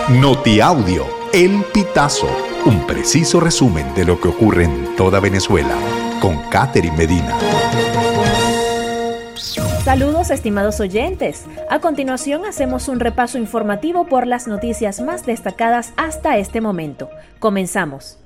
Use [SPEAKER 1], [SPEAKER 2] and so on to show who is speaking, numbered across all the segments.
[SPEAKER 1] Notiaudio, El Pitazo, un preciso resumen de lo que ocurre en toda Venezuela, con Catherine Medina.
[SPEAKER 2] Saludos, estimados oyentes. A continuación hacemos un repaso informativo por las noticias más destacadas hasta este momento. Comenzamos.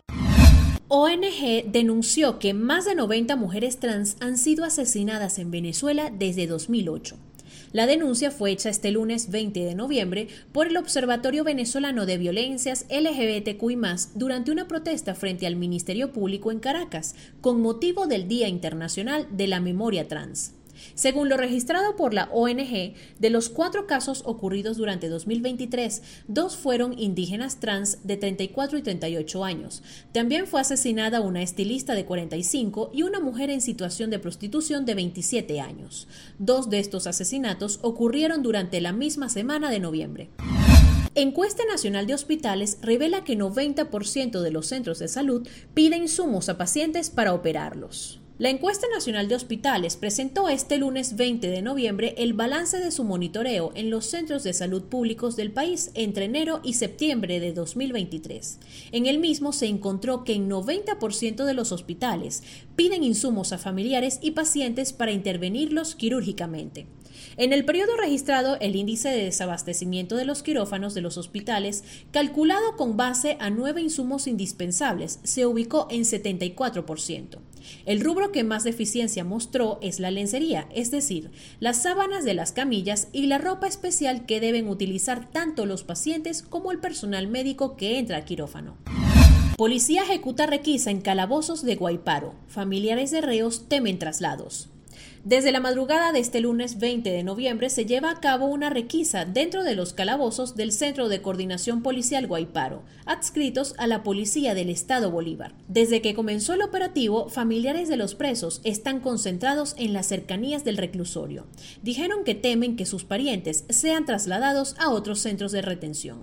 [SPEAKER 2] ONG denunció que más de 90 mujeres trans han sido asesinadas en Venezuela desde 2008. La denuncia fue hecha este lunes 20 de noviembre por el Observatorio Venezolano de Violencias LGBTQI+, durante una protesta frente al Ministerio Público en Caracas, con motivo del Día Internacional de la Memoria Trans. Según lo registrado por la ONG, de los 4 casos ocurridos durante 2023, 2 fueron indígenas trans de 34 y 38 años. También fue asesinada una estilista de 45 y una mujer en situación de prostitución de 27 años. 2 de estos asesinatos ocurrieron durante la misma semana de noviembre. Encuesta Nacional de Hospitales revela que 90% de los centros de salud piden insumos a pacientes para operarlos. La Encuesta Nacional de Hospitales presentó este lunes 20 de noviembre el balance de su monitoreo en los centros de salud públicos del país entre enero y septiembre de 2023. En el mismo se encontró que en 90% de los hospitales piden insumos a familiares y pacientes para intervenirlos quirúrgicamente. En el periodo registrado, el índice de desabastecimiento de los quirófanos de los hospitales, calculado con base a 9 insumos indispensables, se ubicó en 74%. El rubro que más deficiencia mostró es la lencería, es decir, las sábanas de las camillas y la ropa especial que deben utilizar tanto los pacientes como el personal médico que entra al quirófano. Policía ejecuta requisa en calabozos de Guaiparo. Familiares de reos temen traslados. Desde la madrugada de este lunes 20 de noviembre se lleva a cabo una requisa dentro de los calabozos del Centro de Coordinación Policial Guaiparo, adscritos a la Policía del Estado Bolívar. Desde que comenzó el operativo, familiares de los presos están concentrados en las cercanías del reclusorio. Dijeron que temen que sus parientes sean trasladados a otros centros de retención.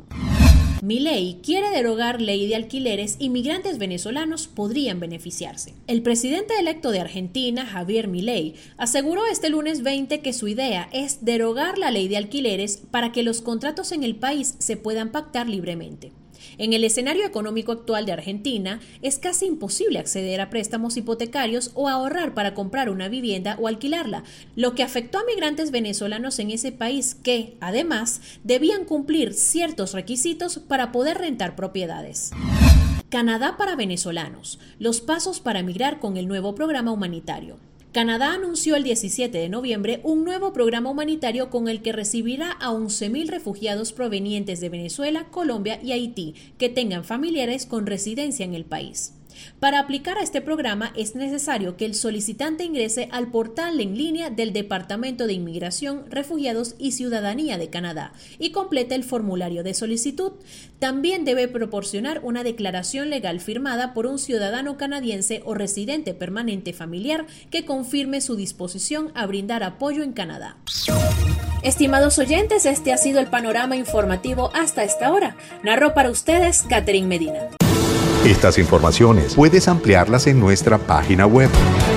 [SPEAKER 2] Milei quiere derogar ley de alquileres y migrantes venezolanos podrían beneficiarse. El presidente electo de Argentina, Javier Milei, aseguró este lunes 20 que su idea es derogar la ley de alquileres para que los contratos en el país se puedan pactar libremente. En el escenario económico actual de Argentina, es casi imposible acceder a préstamos hipotecarios o ahorrar para comprar una vivienda o alquilarla, lo que afectó a migrantes venezolanos en ese país que, además, debían cumplir ciertos requisitos para poder rentar propiedades. Canadá para venezolanos. Los pasos para migrar con el nuevo programa humanitario. Canadá anunció el 17 de noviembre un nuevo programa humanitario con el que recibirá a 11.000 refugiados provenientes de Venezuela, Colombia y Haití que tengan familiares con residencia en el país. Para aplicar a este programa es necesario que el solicitante ingrese al portal en línea del Departamento de Inmigración, Refugiados y Ciudadanía de Canadá y complete el formulario de solicitud. También debe proporcionar una declaración legal firmada por un ciudadano canadiense o residente permanente familiar que confirme su disposición a brindar apoyo en Canadá. Estimados oyentes, este ha sido el panorama informativo hasta esta hora. Narró para ustedes Catherine Medina.
[SPEAKER 1] Estas informaciones puedes ampliarlas en nuestra página web,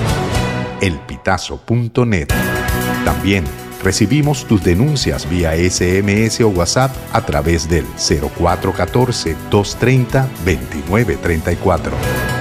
[SPEAKER 1] elpitazo.net. También recibimos tus denuncias vía SMS o WhatsApp a través del 0414-230-2934.